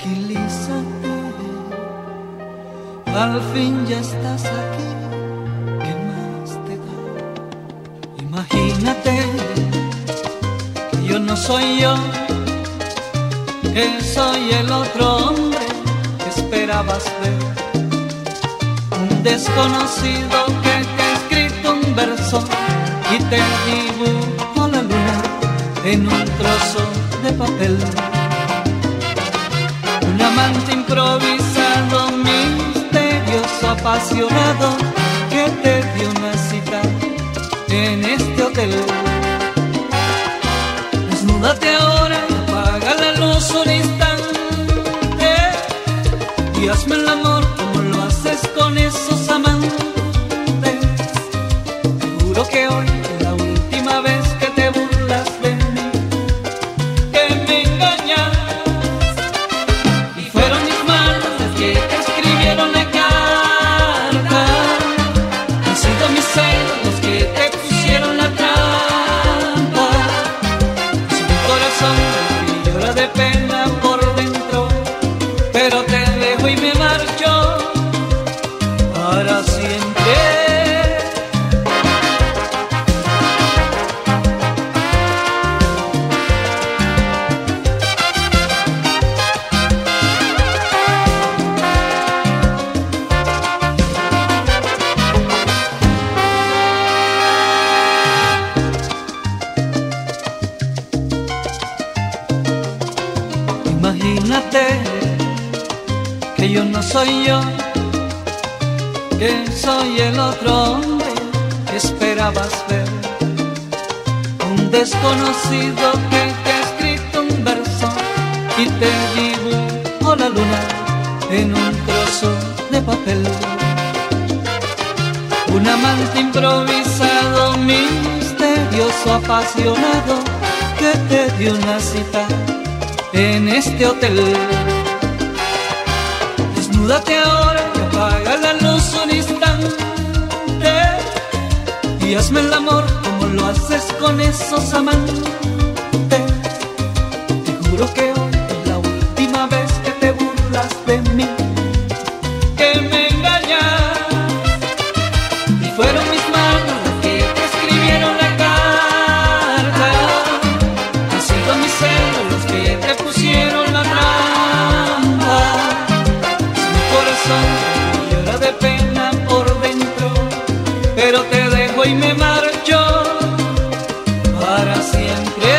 Tranquilízate, al fin ya estás aquí, ¿qué más te da? Imagínate que yo no soy yo, que soy el otro hombre que esperabas ver, un desconocido que te ha escrito un verso y te dibujo la luna en un trozo de papel. Un amante improvisado, misterioso, apasionado, que te dio una cita en este hotel. Desnúdate ahora, apaga la luz un instante y hazme el amor como lo haces con esos amantes. Seguro que hoy es la última vez que te burlas de mí, que me engañas. Y fueron mis manos las que te escribieron la carta, han sido mis celos los que te pusieron la trampa. Es mi corazón el que llora de pena por dentro, pero te dejo y me marcho para siempre. Imagínate que yo no soy yo, que soy el otro hombre que esperabas ver, un desconocido que te ha escrito un verso y te dibujó la luna en un trozo de papel. Un amante improvisado, misterioso, apasionado, que te dio una cita en este hotel. Desnúdate ahora y apaga la luz un instante y hazme el amor como lo haces con esos amantes. Te juro que hoy es la última vez que te burlas de mí, que me engañas. Y fueron mis manos las que te escribieron la carta, han sido mis celos los que te pusieron la trampa. Es mi corazón que llora de pena por dentro, pero te dejo y me marcho para siempre.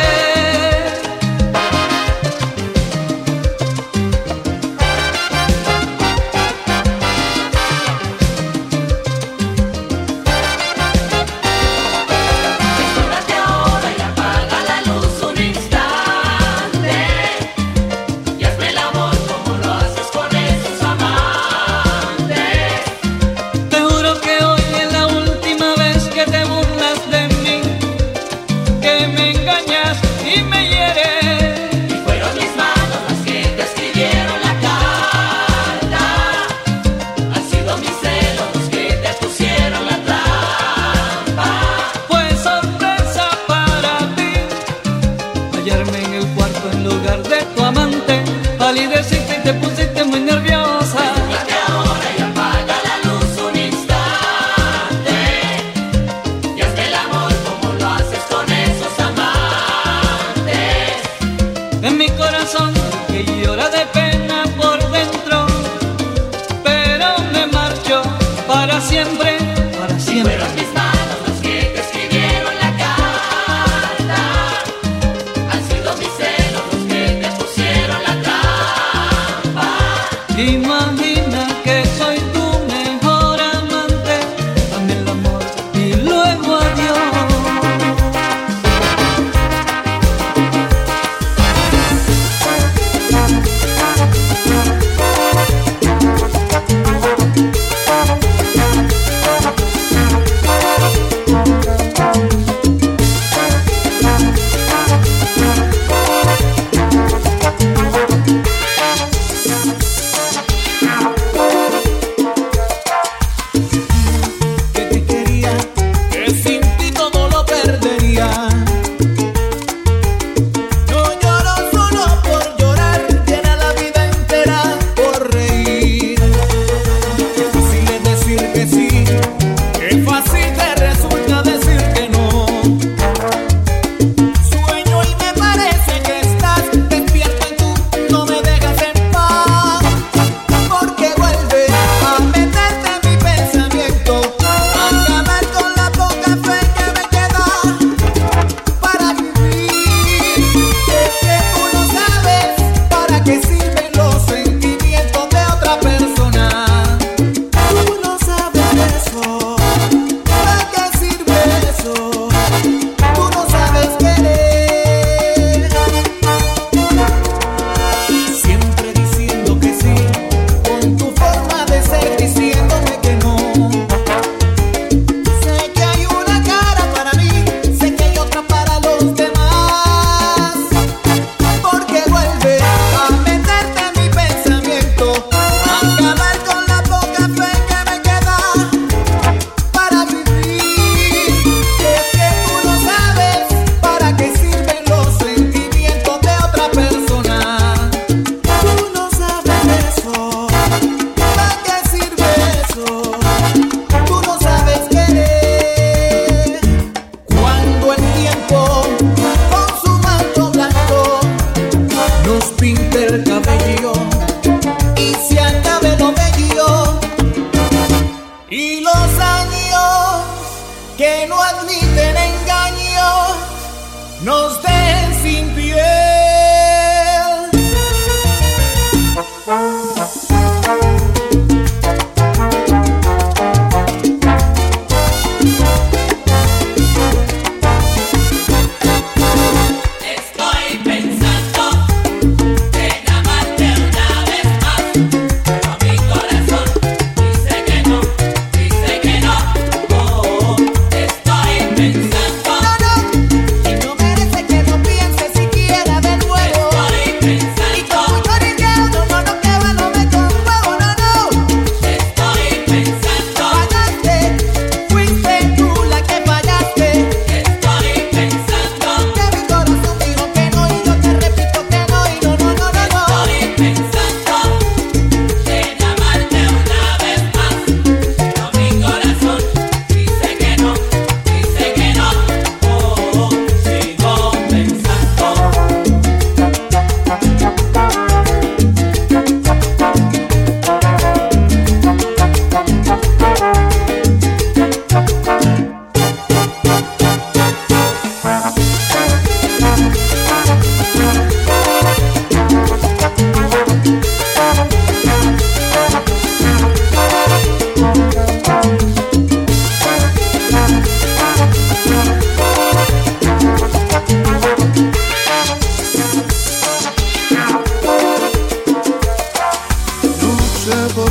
Desnúdate ahora y apaga la luz un instante y hazme el amor como lo haces con esos amantes. Te juro que hoy es la última vez que te burlas de mí, que me engañas y me hieres. Y fueron mis manos las que te escribieron la carta, han sido mis celos los que te pusieron la trampa. Fue sorpresa para ti hallarme en el cuarto en lugar de tu amante. Palideciste y te pusiste muy nerviosa. Desnúdate ahora y apaga la luz un instante y hazme el amor como lo haces con esos amantes. En mi corazón que llora de pena por dentro, pero me marcho para siempre, para siempre. Fueron mis manos las que te escribieron la carta, han sido mis celos los que te pusieron la trampa. Imagínate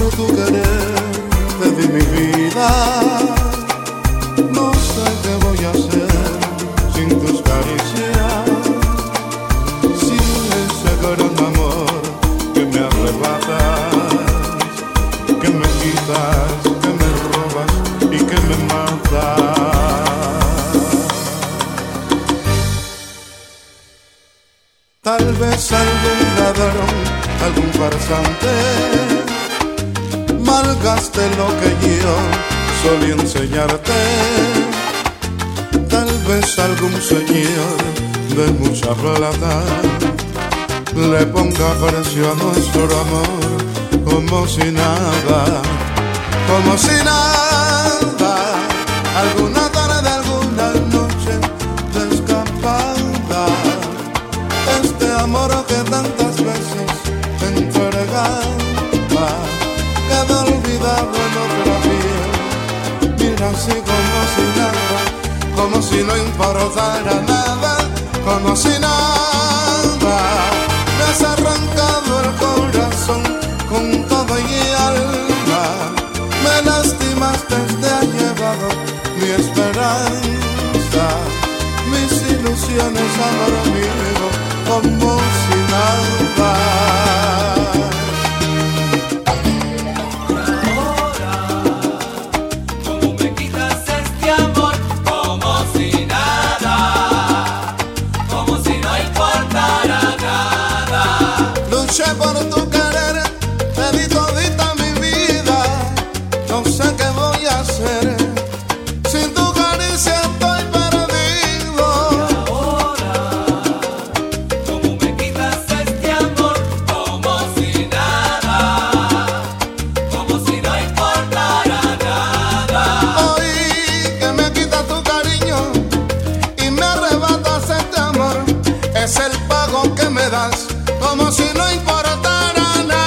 tu querer te di mi vida. No sé qué voy a hacer sin tus caricias, sin ese gran amor que me arrebatas, que me quitas, que me robas y que me matas. Tal vez algún ladrón, algún farsante malgaste lo que yo solía enseñarte. Tal vez algún señor de mucha plata le ponga precio a nuestro amor como si nada, como si nada. Alguna tarde, alguna noche de escapada, este amor que tantas veces te entregaba quedó olvidado en otra vida. Mira así como si nada, como si no importara nada, como si nada. Me has arrancado el corazón con todo y alma, me lastimaste, te has llevado mi esperanza, mis ilusiones, amor mío, como si nada. Luché por tu querer, te di todita mi vida. No sé qué voy a hacer, sin tu caricia estoy perdido. Y ahora, ¿cómo me quitas este amor? Como si nada, como si no importara nada. Hoy que me quitas tu cariño y me arrebatas este amor, es el pago que me das, como si no importara nada.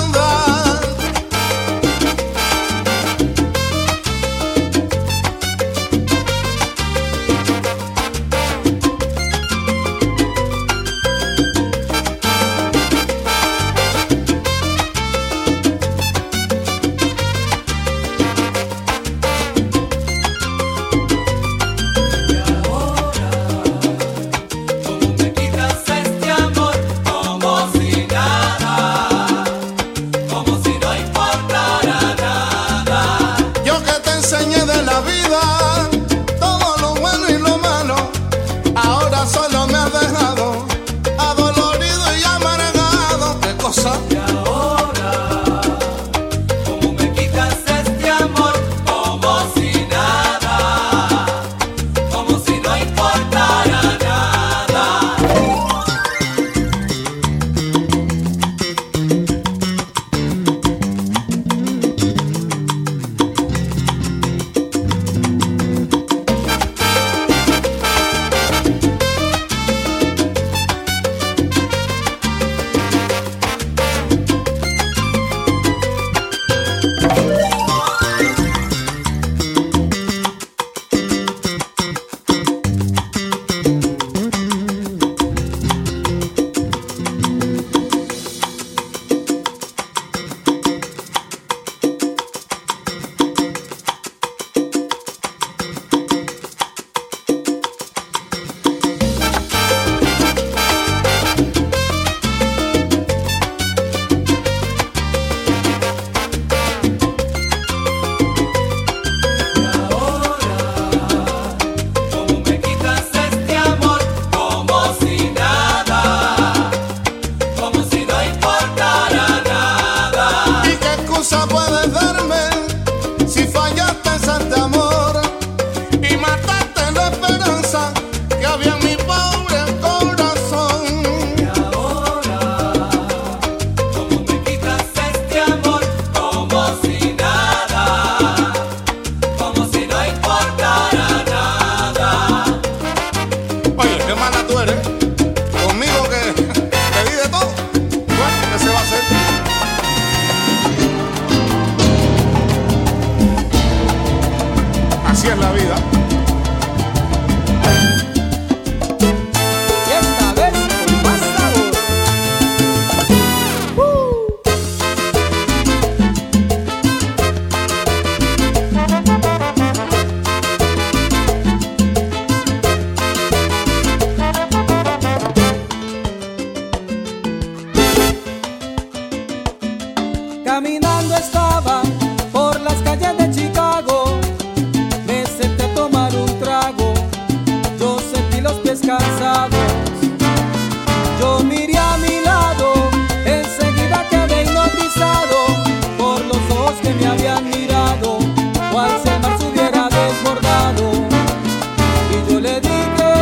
Y ahora, ¿cómo me quitas este amor? Como si nada, como si no importara nada. Yo que te enseñé de la vida todo lo bueno y lo malo, ahora solo me has dejado adolorido y amargado. ¿Qué cosa? Y ahora, ¿cómo me quitas este amor? Como si nada, como si no importara nada. ¿Cómo me quitas este amor? Como si nada, como si no importara nada. ¿Y qué excusa puedes darme si fallaste ante amor y mataste la esperanza que había en mi pobre corazón? Y ahora, ¿cómo me quitas este amor? Como si nada, como si no importara nada. Oye, qué mala tú eres. Conmigo que te di de todo. Bueno, ¿qué se va a hacer? Así es la vida. Y esta vez con más sabor. Caminando estaba por las calles de Chicago, me senté a tomar un trago, yo sentí los pies cansados. Yo miré a mi lado, enseguida quedé hipnotizado por los ojos que me habían mirado, cual si el mar se hubiera desbordado. Y yo le dije: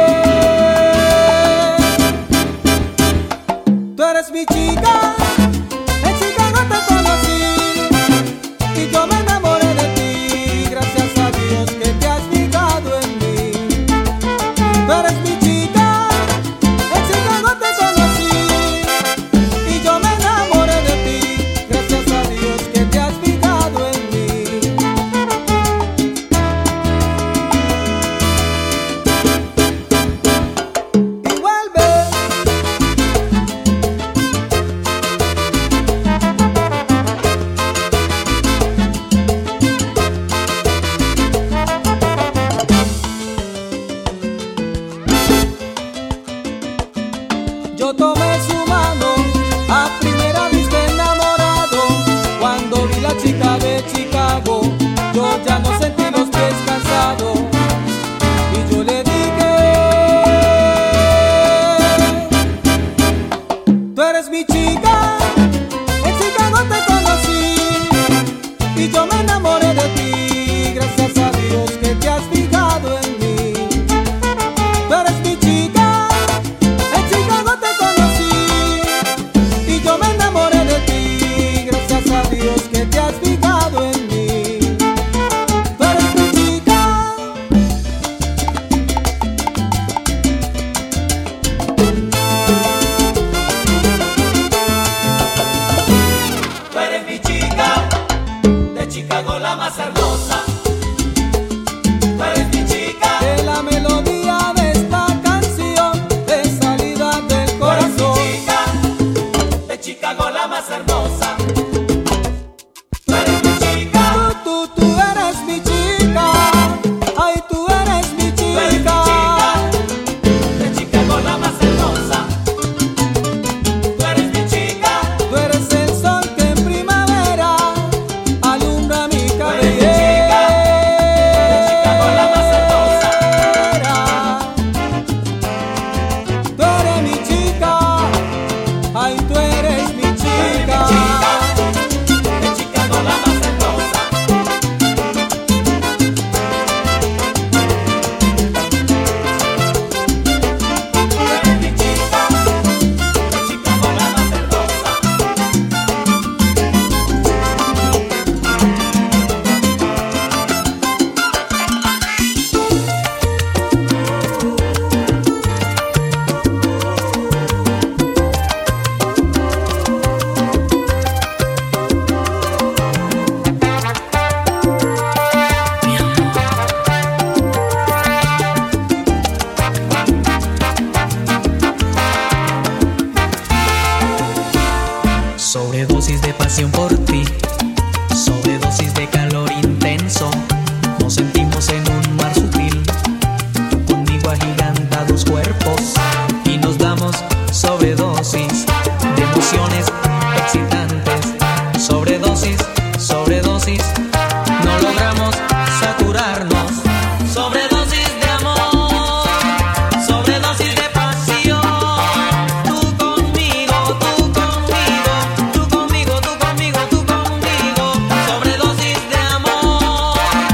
tú eres mi chica, en Chicago te conocí y yo me enamoré de ti, gracias a Dios que te has fijado en mí. Tú eres mi chica, en Chicago te conocí y yo me enamoré de ti, gracias a Dios que te has fijado en mí. Y vuelve. Yo tomé su mano, a primera vista enamorado. Cuando vi la chica de Chicago, yo ya no sentí los pies cansados. Y yo le dije: tú eres mi chica, en Chicago te conocí y yo me enamoré de ti, gracias a Dios que te has fijado en mí. Tú eres mi chica, en Chicago te conocí y yo me enamoré de ti, gracias a Dios que te has fijado en mí. Tú eres mi chica. Tú eres mi chica, de Chicago la más hermosa. Tú eres mi chica, De la melodía de esta canción es salida del tú eres mi corazón. chica, de Chicago la más hermosa. Tú eres mi chica, Tú eres mi chica, ay, tú eres mi tú eres mi chica. chica, de Chicago la más hermosa. Tú eres mi chica, Tú eres el sol que en primavera alumbra mi eres mi cabellera. de Chicago la más hermosa. Tú eres mi chica, ay, tú eres mi chica. De Chicago la más hermosa. Tú eres mi chica, de Chicago la más hermosa. Sobredosis de pasión por ti, sobredosis de calor intenso. Nos sentimos en un mar sutil, tú conmigo agigantados cuerpos, y nos damos sobredosis de emociones excitantes. Sobredosis, sobredosis, no logramos saturarnos. Sobredosis de amor, sobredosis de pasión. Tú conmigo, tú conmigo, tú conmigo, tú conmigo, tú conmigo. Sobredosis de amor,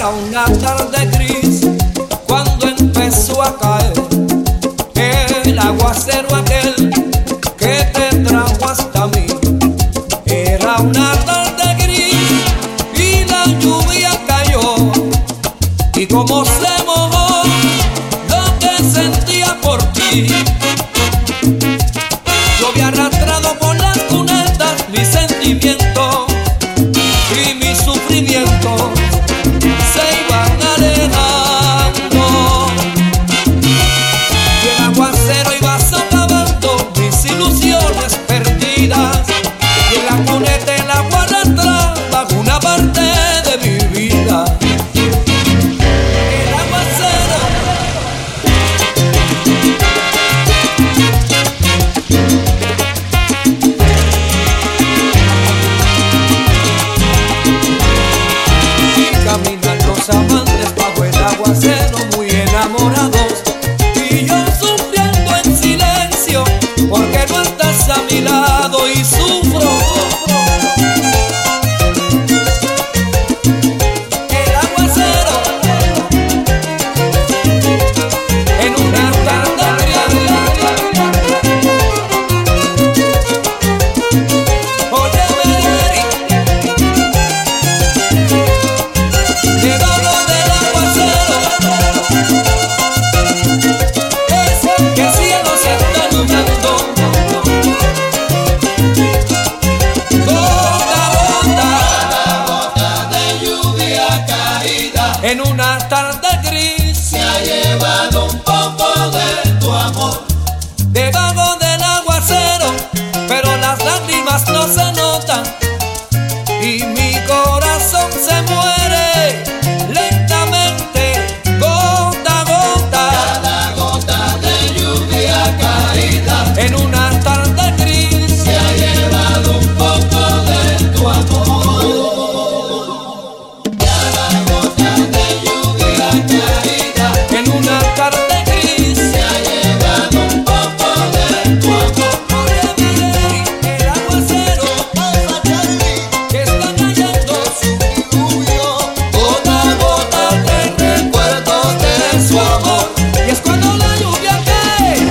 una tarde gris cuando empezó a caer el aguacero aquel que te trajo hasta mí. Era una tarde gris y la lluvia cayó, y como se mojó lo que sentía por ti. Yo había arrastrado por las cunetas mi sentimiento y mi sufrimiento se iban alejando, y el aguacero iba socavando mis ilusiones perdidas, y en la cuneta el agua arrastraba una parte de mi vida. El aguacero caminan los amantes bajo el aguacero muy enamorados, y yo sufriendo en silencio porque no estás a mi lado y sufro. El aguacero en una tarde debajo del aguacero es que el cielo se está nublando, gota a gota de lluvia caída en una tarde gris se ha llevado un poco de tu amor debajo del aguacero, pero las lágrimas no se notan y mi corazón se muere lentamente, gota a gota. Cada gota de lluvia caída en una tarde gris se ha llevado un poco de tu amor. Cada gota de lluvia caída en una tarde gris se ha llevado un poco de tu amor. El aguacero que está cayendo su diluvio, gota a gota te recuerdo de su amor, y es cuando la lluvia cae.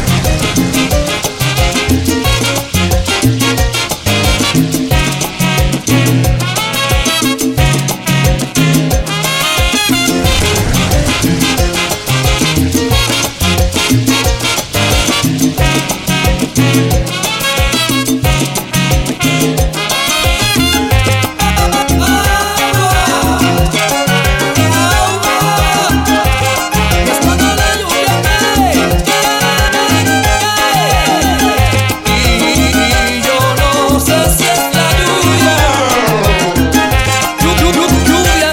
Y es cuando la lluvia cae. Y yo no sé si es la lluvia, lluvia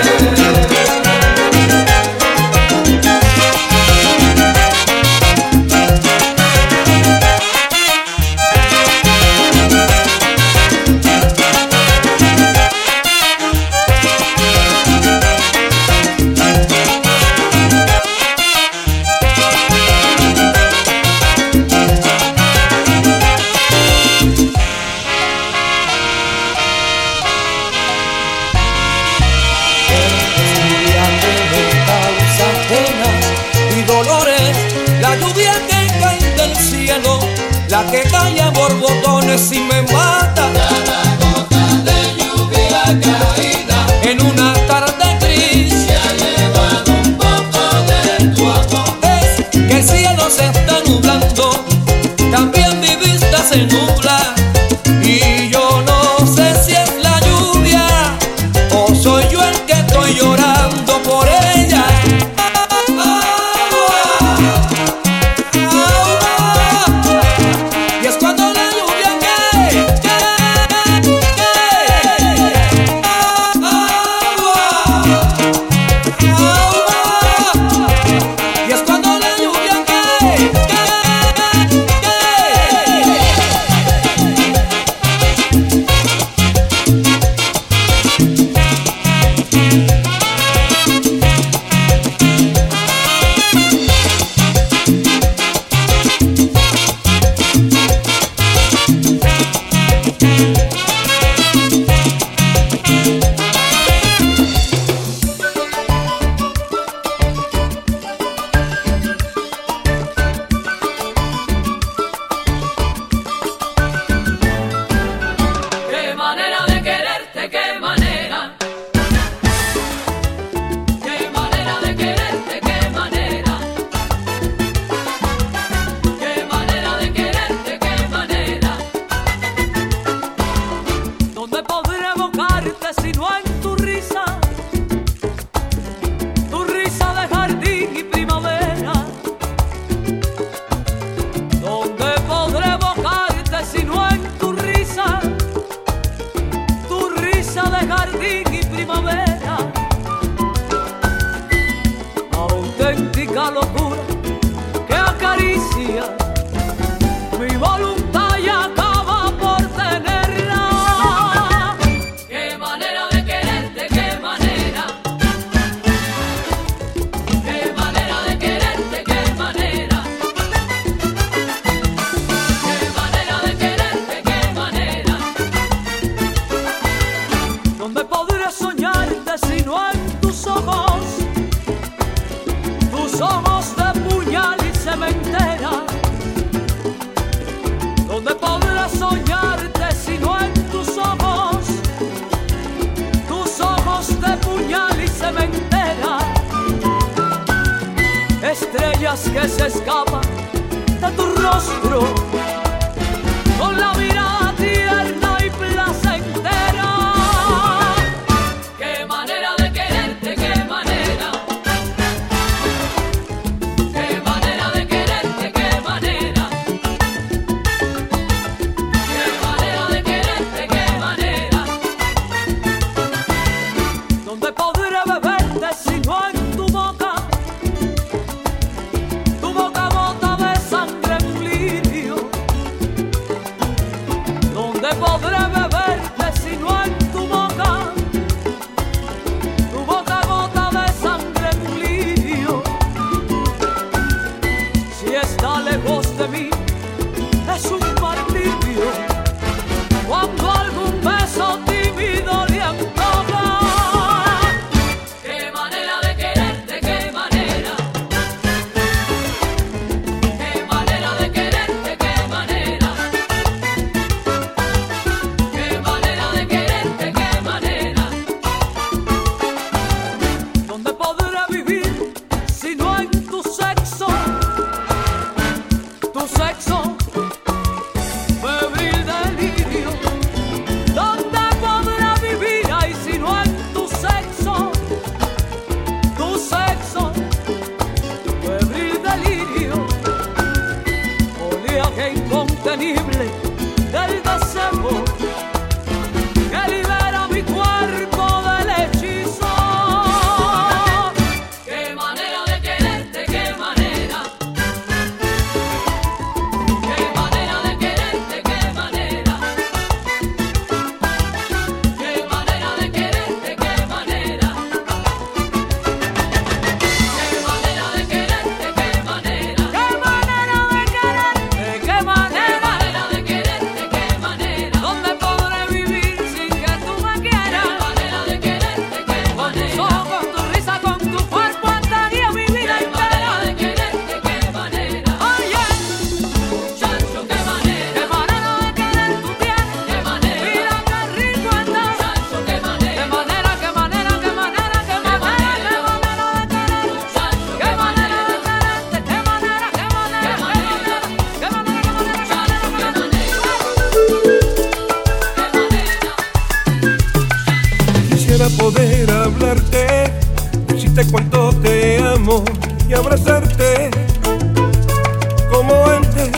estudiante me causa penas y dolores, la lluvia que cae del cielo, la que cae a borbotones y me mata. Cada gota de lluvia caída en una tarde gris se ha llevado un poco de tu amor. Es que el cielo se está nublando, también mi vista se nubla, y yo no sé si es la lluvia o soy yo el que estoy llorando por ella. Y es cuando la lluvia cae. ¿Dónde podré evocarte si no en tu risa de jardín y primavera? ¿Dónde podré evocarte si no en tu risa de jardín y primavera? Auténtica locura que acaricia mi voluntad y acaba por tenerla. Qué manera de quererte, qué manera. Qué manera de quererte, qué manera. Qué manera de quererte, qué manera. ¿Dónde podré soñarte si no en tus ojos de puñal y cementera? ¿Dónde podré soñarte si no en tus ojos de puñal y cementera? Estrellas que se escapan de tu rostro con la mirada tierna y placentera. Qué manera de quererte, qué manera. Qué manera de quererte, qué manera. Qué manera de quererte, qué manera. ¿Dónde podré beberte si no en tu boca gota de sangre en un lirio? ¿Dónde podré beberte si no en tu boca gota de sangre en un lirio? Si está lejos de mí es un martirio cuando algún beso tímido le antoja. Qué manera de quererte, qué manera. Qué manera de quererte, qué manera. Qué manera de quererte, qué manera. ¿Dónde podré vivir si no en tu sexo febril delirio? ¿Dónde podré vivir ahí si no en tu sexo febril delirio? Oleaje incontenible del deseo que libera mi cuerpo del hechizo. Qué manera de quererte, qué manera. Qué manera de quererte, qué manera. Qué manera de quererte, qué manera. Qué manera de quererte, qué manera. Qué manera de quererte, qué manera. Qué manera de quererte, qué manera. ¿Dónde podré vivir sin que tú me quieras? Qué manera de quererte, qué manera. Con tus ojos, con tu risa, con tu cuerpo estaría mi vida entera. Qué manera de quererte, qué manera. Oye, muchacho, qué manera. Qué manera de querer tú tienes. Qué manera. Mira qué rico está. Muchacho, qué manera. Qué manera, qué manera, qué manera, qué manera. Qué manera de querer. Muchacho, qué manera de quererte. Qué manera, qué manera, qué manera. Qué manera, qué manera, muchacho, qué manera. Quisiera poder hablarte, decirte cuánto te amo y abrazarte como antes.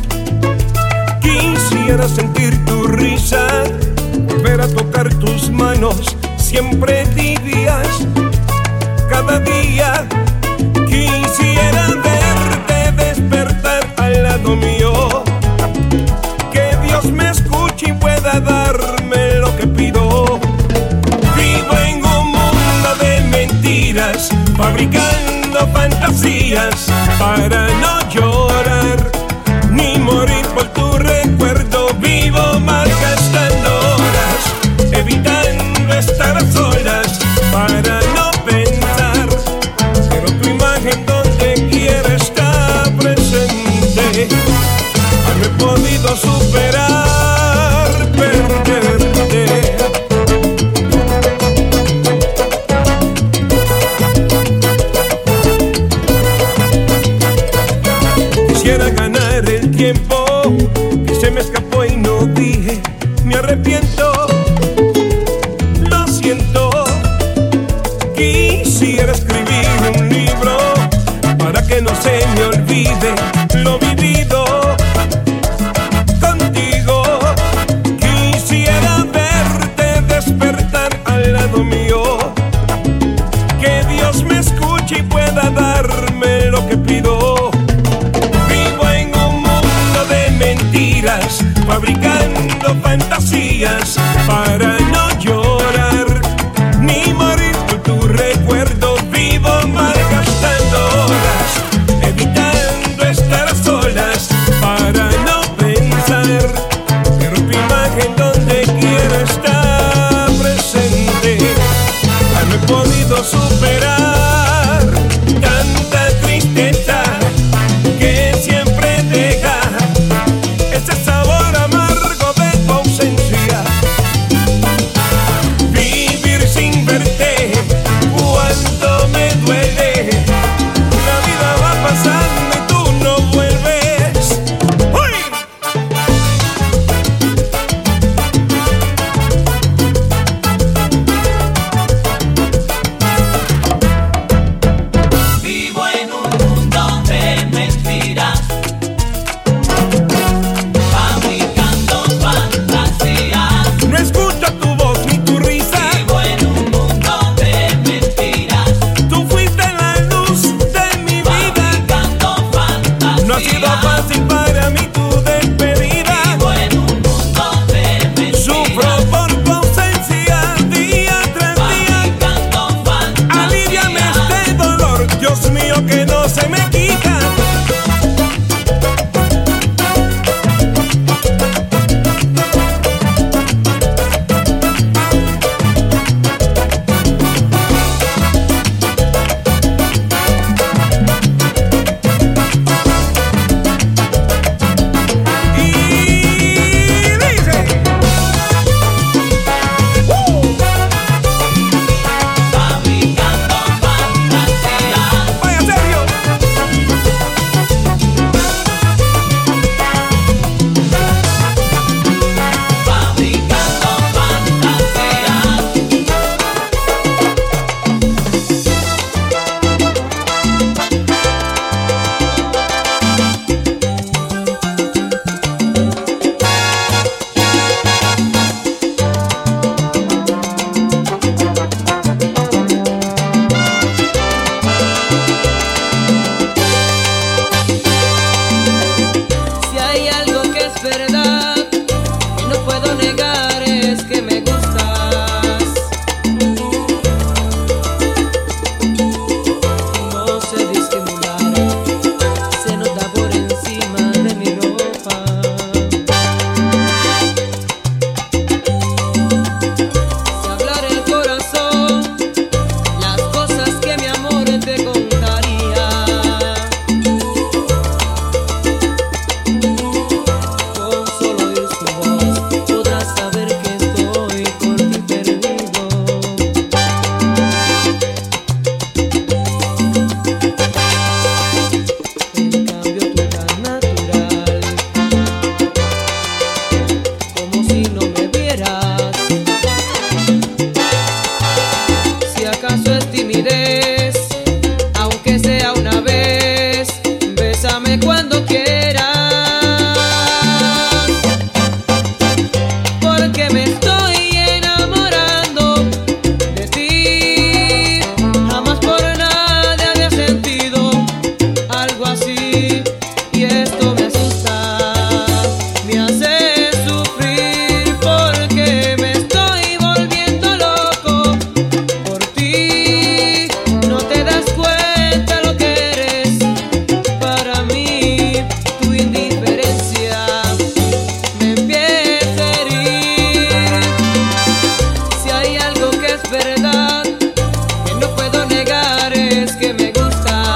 Quisiera sentir tu risa, volver a tocar tus manos, siempre tibias, cada día. Quisiera verte despertar al lado mío, que Dios me escuche y pueda darme lo que pido. Vivo en un mundo de mentiras, fabricando fantasías para no llorar ni morir por tu recuerdo. Vivo malgastando horas, evitando estar a solas para no pensar, pero tu imagen donde quiera está presente. No he podido superar perderte. se me olvide lo vivido contigo. Quisiera verte despertar al lado mío, que Dios me escuche y pueda darme lo que pido. Vivo en un mundo de mentiras, fabricando fantasías para no llorar ni morir por tu recuerdo. Vivo malgastando horas, evitando estar a solas para no pensar que rompo imagen donde quiero estar presente. Ya no he podido superar tanta tristeza que siempre deja ese sabor amargo de tu ausencia. Vivir sin verte cuando me duele, la vida va pasando y tú no vuelves. ¡Uy! Vivo en un mundo de mentiras, fabricando fantasías. No escucho tu voz ni tu risa. Vivo en un mundo de mentiras, Tú fuiste la luz de mi vida. fabricando fantasías. No ha sido fácil para mí tu despedida. Vivo en un mundo de mentiras, Sufro por tu ausencia día tras día. fabricando fantasías. Aliviame este dolor, Dios mío, que no se me quita. Y dice, Fabricando fantasías. vaya serio. Fabricando fantasías. Si hay algo que es verdad, que no puedo negar, es que me gustas. No sé disimular, se nota por encima de mi ropa. Si hablara el corazón, las cosas que mi amor te contaría. Con solo oír su voz podrás saber que estoy por ti perdido. En cambio tú tan natural, como si no me vieras. Si acaso es timidez, aunque sea una vez, bésame cuando quieras. Porque me estoy enamorando de ti. Jamás por nadie había sentido algo así. Y esto me asusta, me hace sufrir. Porque me estoy volviendo loco por ti. No te das cuenta lo que eres para mí. Tu indiferencia me empieza a herir. Si hay algo que es verdad, que no puedo negar, es que me gustas.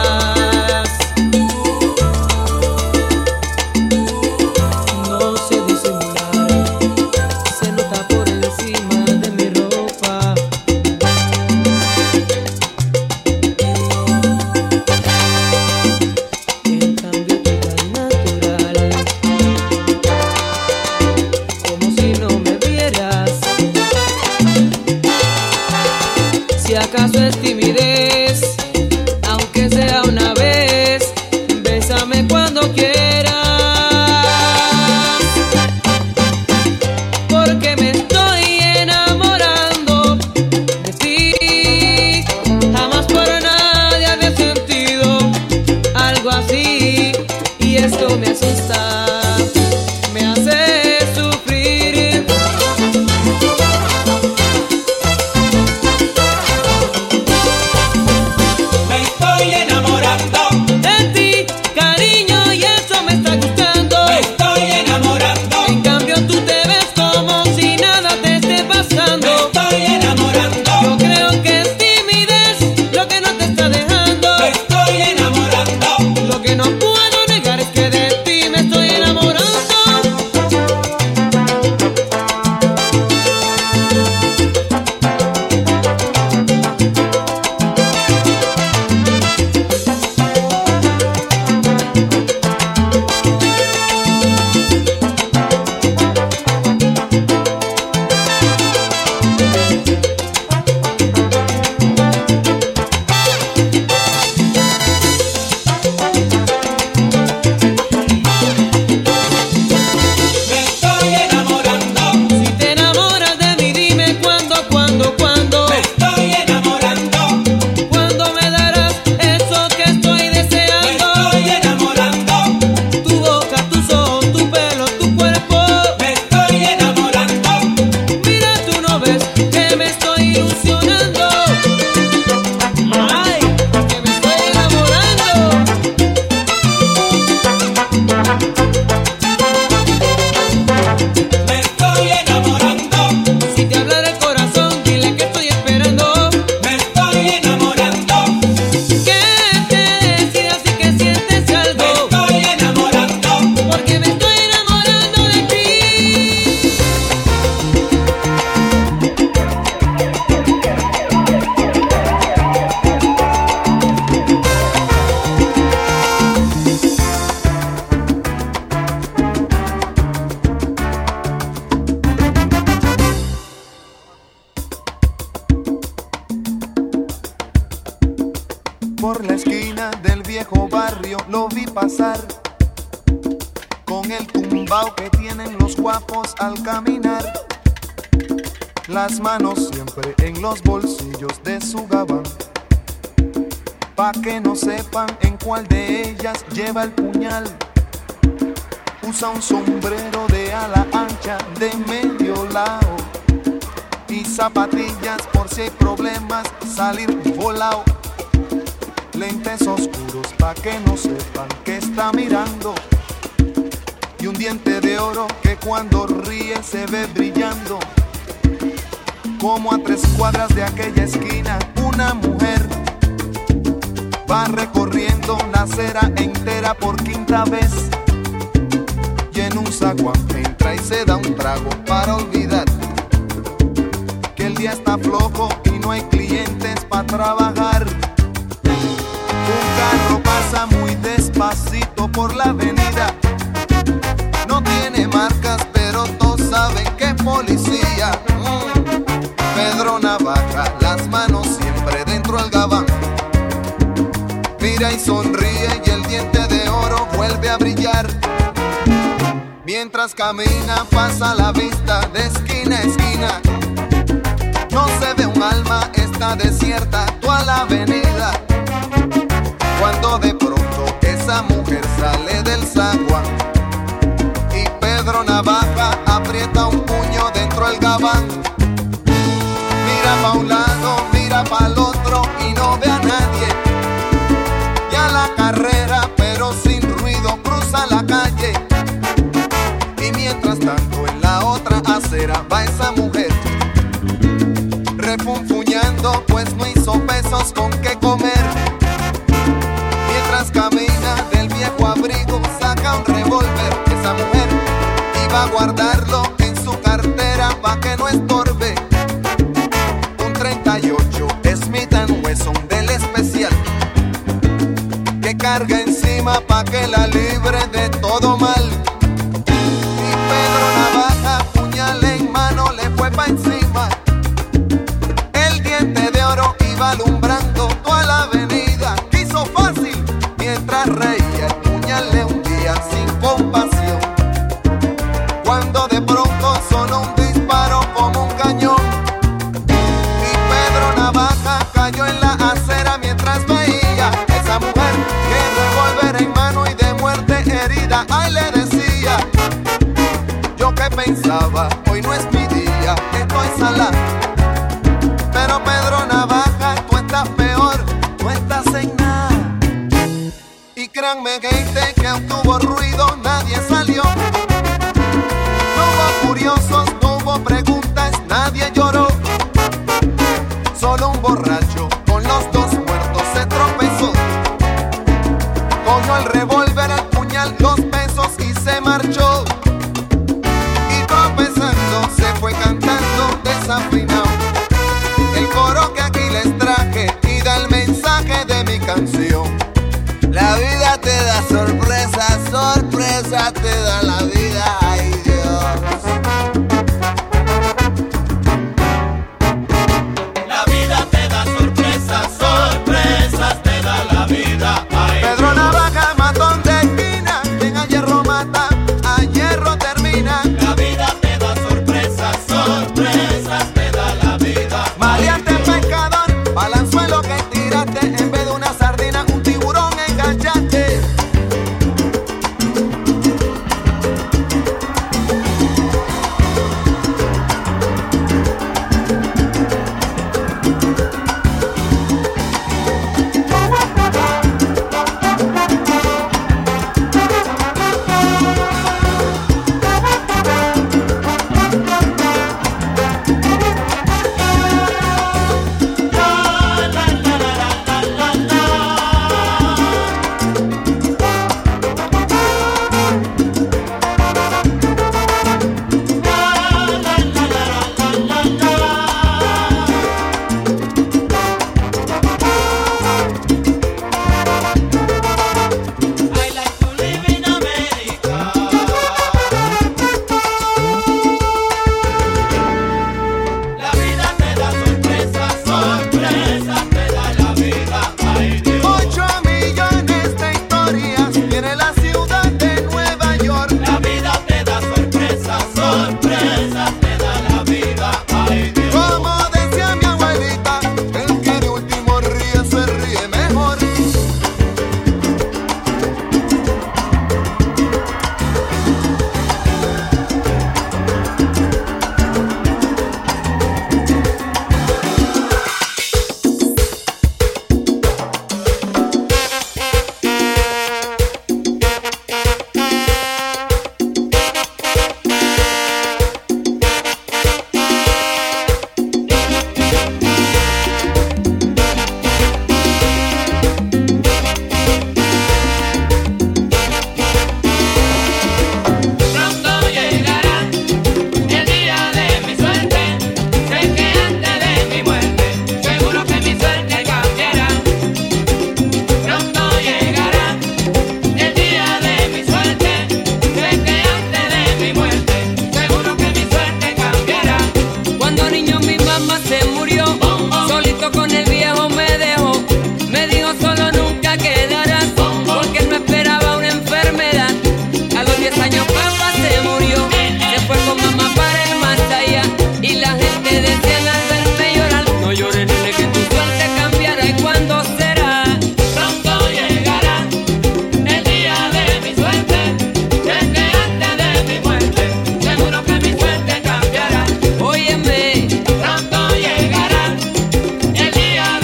No sé disimular, se nota por encima de mi ropa. En cambio tú tan natural, como si no me vieras. Si acaso es timidez, aunque sea una vez, pero me asusta, me hace sufrir. Me estoy enamorando De ti, cariño, y eso me está gustando. Me estoy enamorando En cambio tú te ves como si nada te esté Me pasando. estoy enamorando Yo creo que es timidez lo que no te está dejando. Me estoy enamorando Lo que no puedo negar es que de ti me estoy enamorando. Me estoy enamorando Si te enamoras de mí, dime cuándo, cuándo, cuándo. Me estoy enamorando ¿Cuándo me darás eso que estoy Me deseando? estoy enamorando Tu boca, tus ojos, tu pelo, tu cuerpo. Me estoy enamorando Mira, tú no ves que me estoy ilusionando. Ay, que me estoy enamorando. Me estoy enamorando Si te hablara el corazón, dile que estoy esperando. Me estoy enamorando Que te decidas y que sientes Me algo. estoy enamorando Porque me estoy enamorando de ti. Por la esquina del viejo barrio lo vi pasar, con el tumbao que tienen los guapos al caminar, las manos siempre en los bolsillos de su gabán, pa' que no sepan en cuál de ellas lleva el puñal. Usa un sombrero de ala ancha de medio lado y zapatillas por si hay problemas salir volado. Lentes oscuros pa' que no sepan que está mirando, y un diente de oro que cuando ríe se ve brillando. Como a 3 cuadras de aquella esquina una mujer va recorriendo la acera entera por 5ª vez, y en un zaguán entra y se da un trago para olvidar que el día está flojo y no hay clientes para trabajar. Un carro pasa muy despacito por la avenida, no tiene marcas pero todos saben que es policía. Pedro Navaja, las manos siempre dentro del gabán, mira y sonríe y el diente de oro vuelve a brillar. Mientras camina pasa la vista de esquina a esquina, no se ve un alma, está desierta toda la avenida. Cuando de pronto esa mujer sale del zaguán y Pedro Navaja aprieta un puño dentro del gabán. Mira pa' un lado, mira pa' el otro y no ve a nadie. Y a la carrera, pero sin ruido, cruza la calle. Y mientras tanto en la otra acera va esa mujer refunfuñando, pues no hizo pesos con qué comer. Mientras camina del viejo abrigo saca un revólver. Esa mujer iba a guardarlo en su cartera pa' que no estorbe. Un 38 Smith & Wesson del especial que carga encima pa' que la libre de todo mal. Y Pedro Navaja, puñal en mano, le fue pa' encima. El diente de oro iba alumbrando toda la avenida. Quiso fácil mientras reía, el puñal le hundía sin compasión. Cuando de pronto sonó un disparo como un cañón y Pedro Navaja cayó en la acera mientras veía esa mujer que revólver en mano y de muerte herida. ay le decía, yo que pensaba, hoy no es mi día, estoy sala. Pero Pedro Navaja, tú estás peor, tú estás en nada. Y créanme gente que aunque hubo ruido, nadie salió. No hubo curiosos, no hubo preguntas, nadie lloró. Solo un borracho con los dos muertos se tropezó. Cogió el revólver, el puñal, los pesos y se marchó. Y tropezando se fue cantando desafinado el coro que aquí les traje y da el mensaje de mi canción. La vida te da sorpresas, sorpresa te da la vida, ay Dios. La vida te da sorpresas, sorpresas te da la vida, ay Pedro Dios. Navaja, matón de esquina, quien a hierro mata, a hierro termina. La vida te da sorpresas, sorpresas te da la vida. Maleante pescador, balanzuelo que tiraste, en vez de una sardina, un tiburón enganchaste. I like to live in America. La vida te da sorpresas, sorpresas te da la vida, ay Dios. 8 millones de historias tiene la ciudad de Nueva York. La vida te da sorpresas, sorpresas te da la vida, ay Dios. Como decía mi abuelita, el que de último ríe se ríe mejor. Pronto llegará el día de mi suerte. Sé que antes de mi muerte, seguro que mi suerte cambiará. Pronto llegará el día de mi suerte. Sé que antes de mi muerte, seguro que mi suerte cambiará. Cuando niño mi mamá se murió, solito con el viejo me dejó. Me dijo solo nunca quedarás, porque no esperaba una enfermedad. A los 10 años papá se murió, se fue con mamá para el más allá. Y la gente decía al verme llorar, no llores nene que tu suerte cambiará. ¿Y cuándo será? Pronto llegará el día de mi suerte. Sé que antes de mi muerte, seguro que mi suerte cambiará. Óyeme, Pronto llegará el día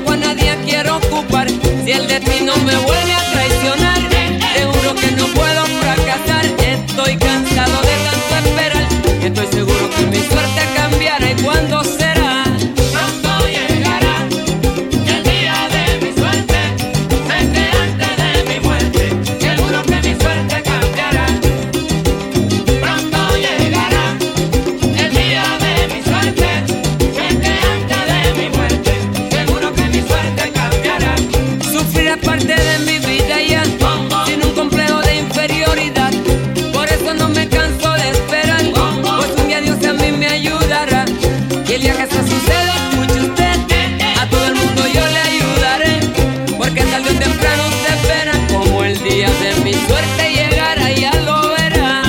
con nadie quiero ocupar. Si el destino me vuelve a traicionar, te juro que no puedo fracasar. Estoy cansado de tanto esperar y estoy seguro que mi suerte cambiará. ¿Y cuándo será? Pronto llegará el día de mi suerte. Sé que antes de mi muerte, seguro que mi suerte cambiará. Pronto llegará el día de mi suerte. Sé que antes de mi muerte, seguro que mi suerte cambiará. Sufrir es parte de mi vida ya, sin un complejo de inferioridad. Por eso no me canso de esperar, pues un día Dios a mí me ayudará. Y el día que eso suceda, escuche usted, a todo el mundo yo le ayudaré, porque tarde o temprano se espera como el día de mi suerte llegará, ya lo verá.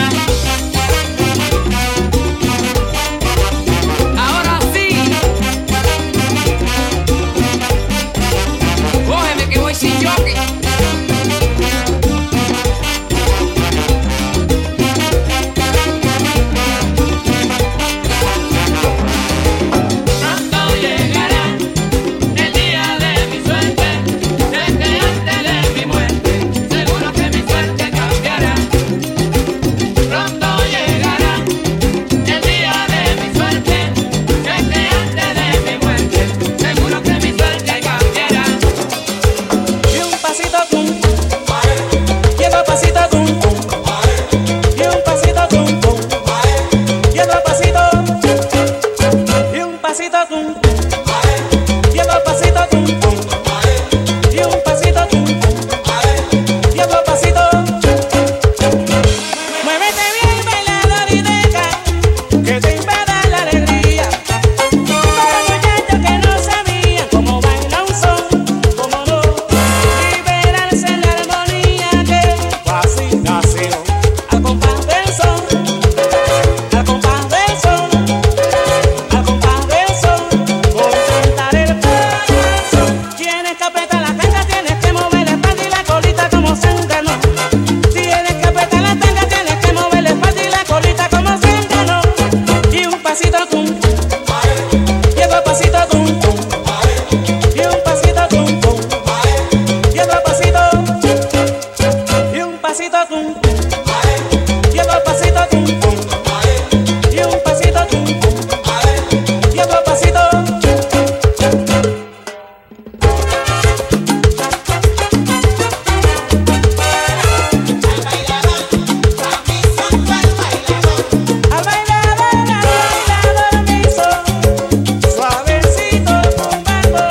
Ahora sí, cógeme que voy sin jockey. Pronto llegará el día de mi suerte. Sé que antes de mi muerte, seguro que mi suerte cambiará. Pronto llegará el día de mi suerte. Sé que antes de mi muerte, seguro que mi suerte cambiará. Y un pasito tum, y otro pasito tum, y un pasito tum, y otro pasito, y un pasito tum, y otro pasito tum, y un pasito tum, y otro pasito. Muévete bien, bailador, y deja que te invada la alegría. Para muchachos que no sabían cómo baila un son, cómo no liberarse en la armonía que fascinación. Al compás del son, al compás del son, al compás del son, por cantar el paso. Tienes que apretar la tanga, tienes que mover la espalda y la colita como zángano. Tienes que apretar la tanga, tienes que mover la espalda y la colita como zángano. Y un pasito tum, y otro pasito tum, y un pasito tum, y otro pasito, y un pasito tum, y otro pasito tum, y un pasito tum, y otro pasito. Al bailador miso, suavecito tumbando.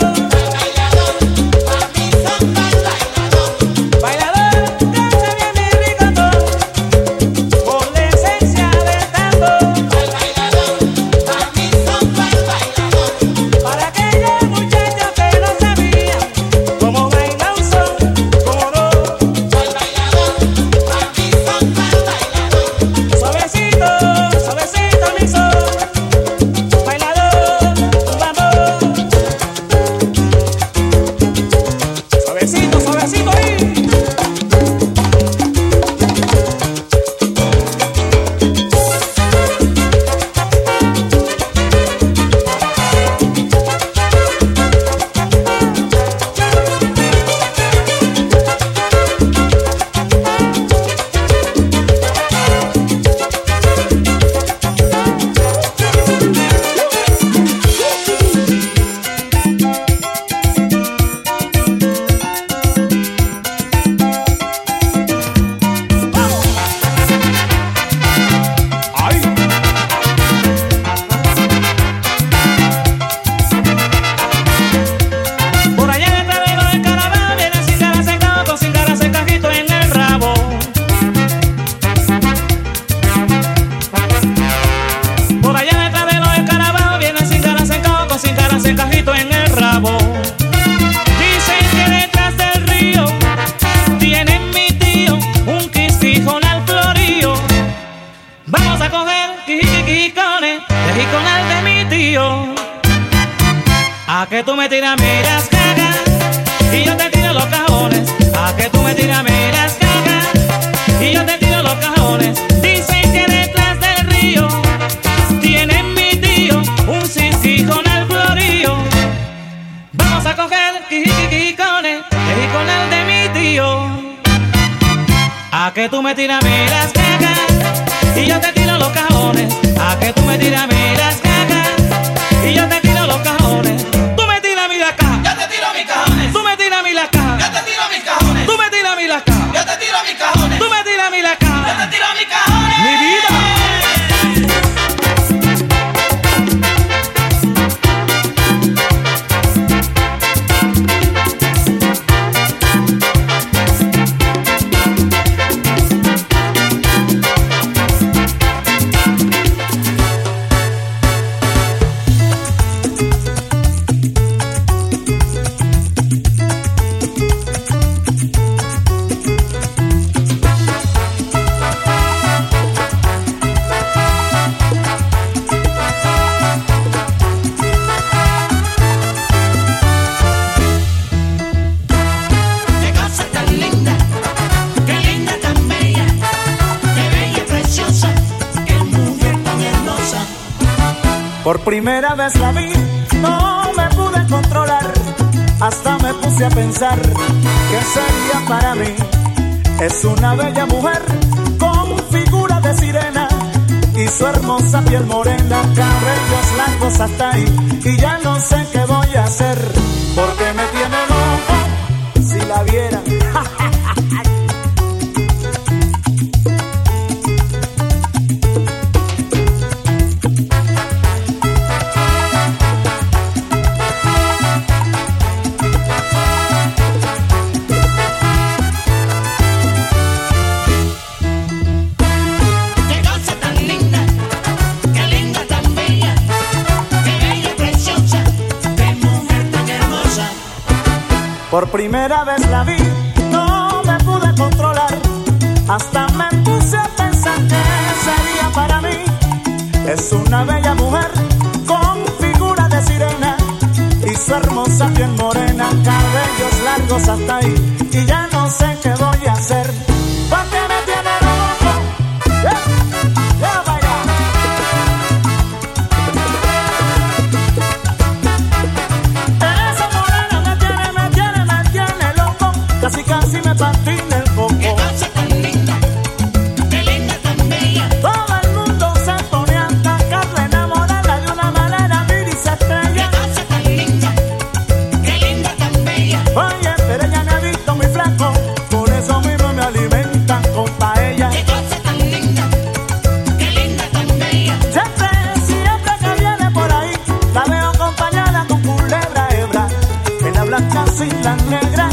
Bailador, danza bien mi ricotón, por la esencia del tango. Para aquellos muchachos que no sabían cómo baila un son, cómo no. Suavecito, suavecito miso, bailador, tumbando. Suavecito, suavecito ahí. Por allá detrás de los escarabajos viene sin cara secado con sin cara secajito en el rabo. Por allá detrás de los escarabajos viene sin cara secado con sin cara secajito en el rabo. Dicen que detrás del río tiene mi tío un quisquijonal florío. Vamos a coger quijicones de jiconal de mi tío. A que tú me tiras, miras, caga, y yo te tiro los cajones. A que tú me tiras, miras, caga, y yo te tiro los cajones. Dicen que detrás del río tiene mi tío un cisquijonal florío. Vamos a coger con el de mi tío. A que tú me tiras a mí las cagas y yo te tiro los cajones. A que tú me tiras a mí las cagas y yo te tiro los cajones. Tú me tiras a mí las cajas, Yo te tiro mis cajones. tú me tiras a mí las cajas, Yo te tiro mis cajones. tú me tiras a mí las cajas, Yo te tiro mis cajones. tú me tiras a mí las Yo te cajas. tiro mis cajones. Mi vida. Qué cosa tan linda, qué linda tan bella, qué bella y preciosa, qué mujer tan hermosa. Por primera vez la vi, no me pude controlar, hasta me puse a pensar qué sería para mí. Es una bella mujer con figura de sirena y su hermosa piel morena, cabellos largos hasta ahí, y ya no sé qué voy a hacer, porque me tiene loco si la vieran. Qué cosa tan linda, qué linda tan bella, qué bella y preciosa, qué mujer tan hermosa. Por primera vez la vi, no me pude controlar, hasta me puse a pensar qué sería para mí. Es una bella mujer con figura de sirena y su hermosa piel morena, cabellos largos hasta ahí, y ya no sé qué voy a hacer, porque me tiene loco. Ya vaya. Esa morena me tiene loco, casi casi me patina el coco. Qué cosa tan linda, qué linda tan bella. Todo el mundo se pone a atacarla, enamorada de una manera, mira y se Qué estrella. cosa tan linda, qué linda tan bella. Oye, pero ella me ha visto muy flaco, por eso mismo me alimentan con paella. Qué cosa tan linda, qué linda tan bella. Siempre que viene por ahí, la veo acompañada con culebra hebra, en la blanca sin la negra.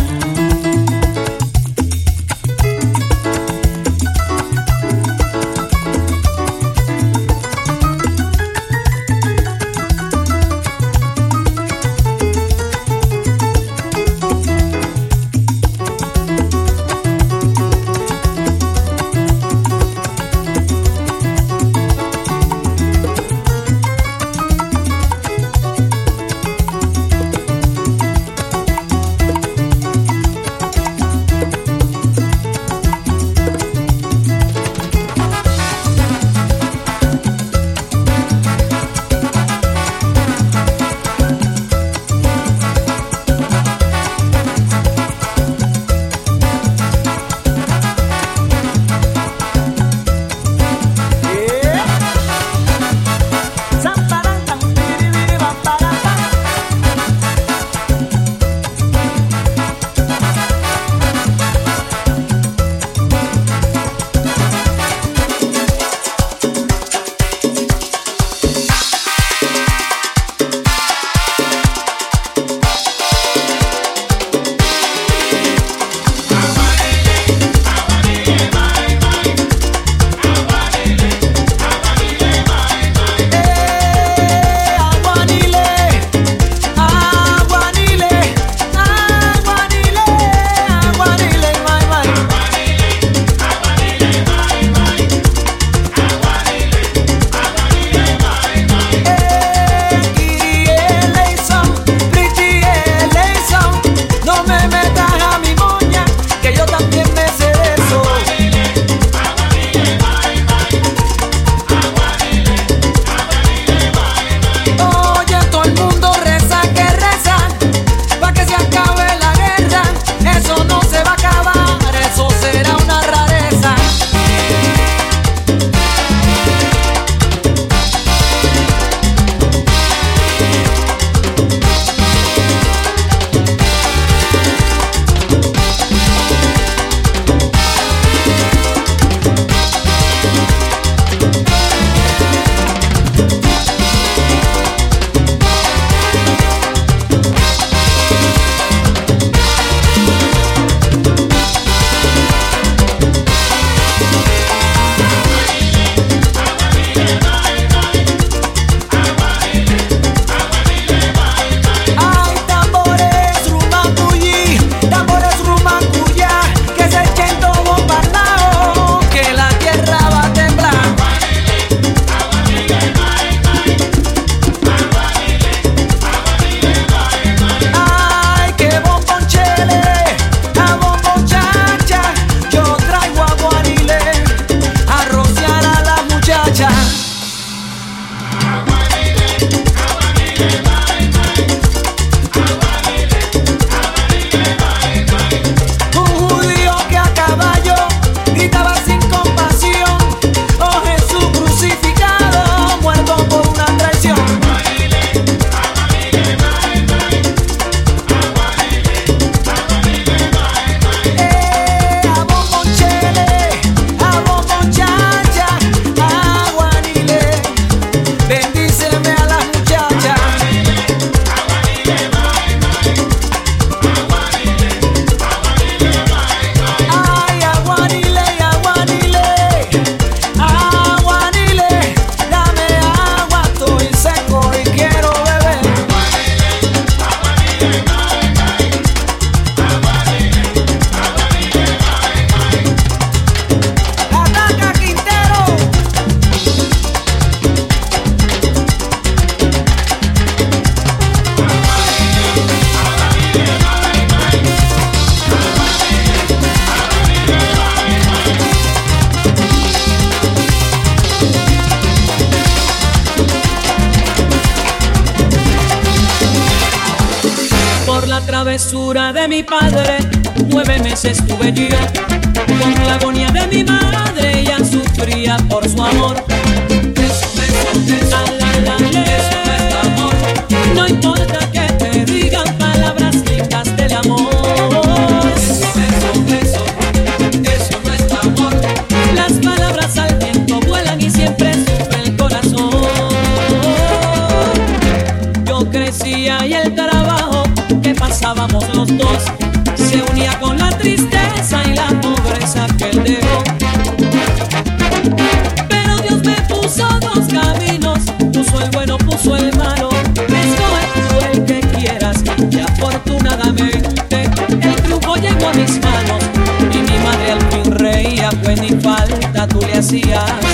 la travesura de mi padre, 9 meses tuve yo. Con la agonía de mi madre, ella sufría por su amor. Eso no es amor. No importa que te digan palabras lindas del amor. Eso no es amor. Las palabras al viento vuelan y siempre sufre el corazón. Yo crecía y el trabajo que pasábamos los dos se unía con la tristeza y la pobreza que él dejó. Pero Dios me puso dos caminos, puso el bueno, puso el malo. Escoge tú el que quieras y afortunadamente el triunfo llegó a mis manos y mi madre al fin reía, pues ni falta tú le hacías.